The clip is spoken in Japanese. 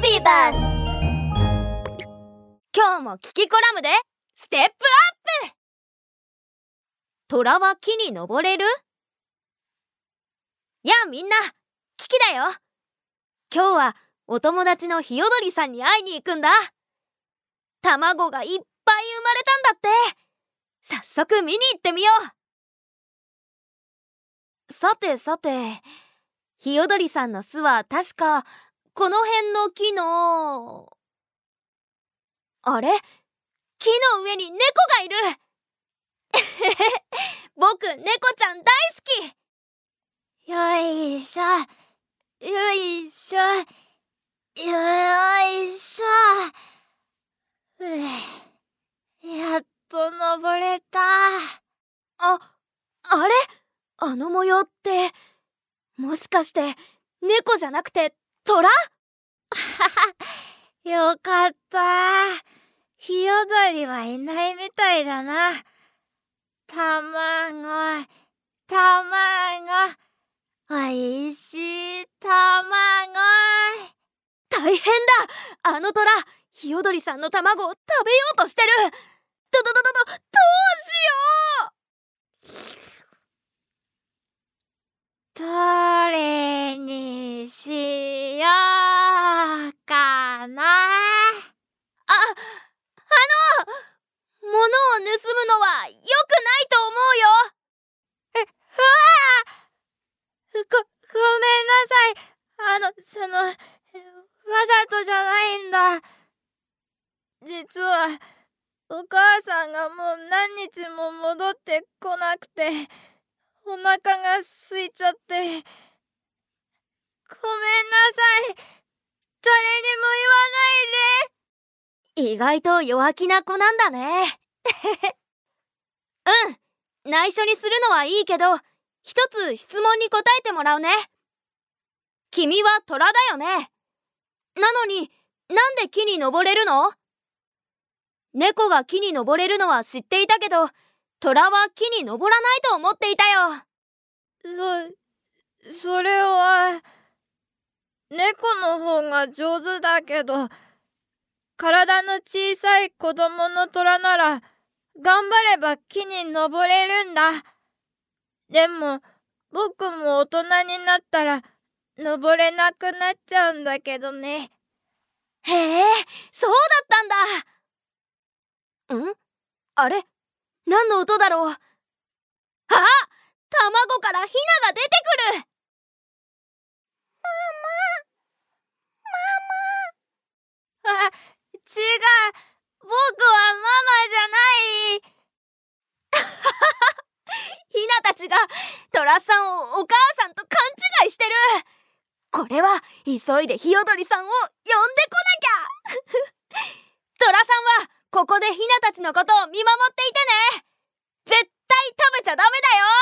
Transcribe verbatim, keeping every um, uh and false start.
ビバス。今日もキキコラムでステップアップ。虎は木に登れる？やあみんな、キキだよ。今日はお友達のひよどりさんに会いに行くんだ。卵がいっぱい生まれたんだって。早速見に行ってみよう。さてさて、ひよどりさんの巣は確かこの辺の木の…あれ？木の上に猫がいる。僕、猫ちゃん大好き。 よいしょ、よいしょ、よいしょ。ふう、やっと登れた。 あ、あれ？あの模様って、もしかして猫じゃなくて虎？ よかった。ひよどりはいないみたいだな。卵、卵、おいしい卵。 大変だ！あの虎、ひよどりさんの卵を食べようとしてる。どどどどど、どうしよう。どれにしようかな。 あ、あの、物を盗むのは良くないと思うよ。 え、うわあ！ご、ごめんなさい。あの、その、わざとじゃないんだ。実は、お母さんがもう何日も戻ってこなくて、お腹が空いちゃって。ごめんなさい。誰にも言わないで。意外と弱気な子なんだね。うん、内緒にするのはいいけど、一つ質問に答えてもらうね。君は虎だよね。なのに、なんで木に登れるの？猫が木に登れるのは知っていたけど、虎は木に登らないと思っていたよ。 そ、それは、猫の方が上手だけど、体の小さい子供の虎なら、頑張れば木に登れるんだ。でも、僕も大人になったら、登れなくなっちゃうんだけどね。 へえ、そうだったんだ。ん？あれ？何の音だろう？あ！卵からヒナが出てくる！ ママ！ママ！あ、違う！僕はママじゃない！ ヒナたちがトラさんをお母さんと勘違いしてる。これは急いでひよどりさんを呼んでこなきゃ。トラさんはここでヒナたちのことを見守っていてね。絶対食べちゃダメだよ。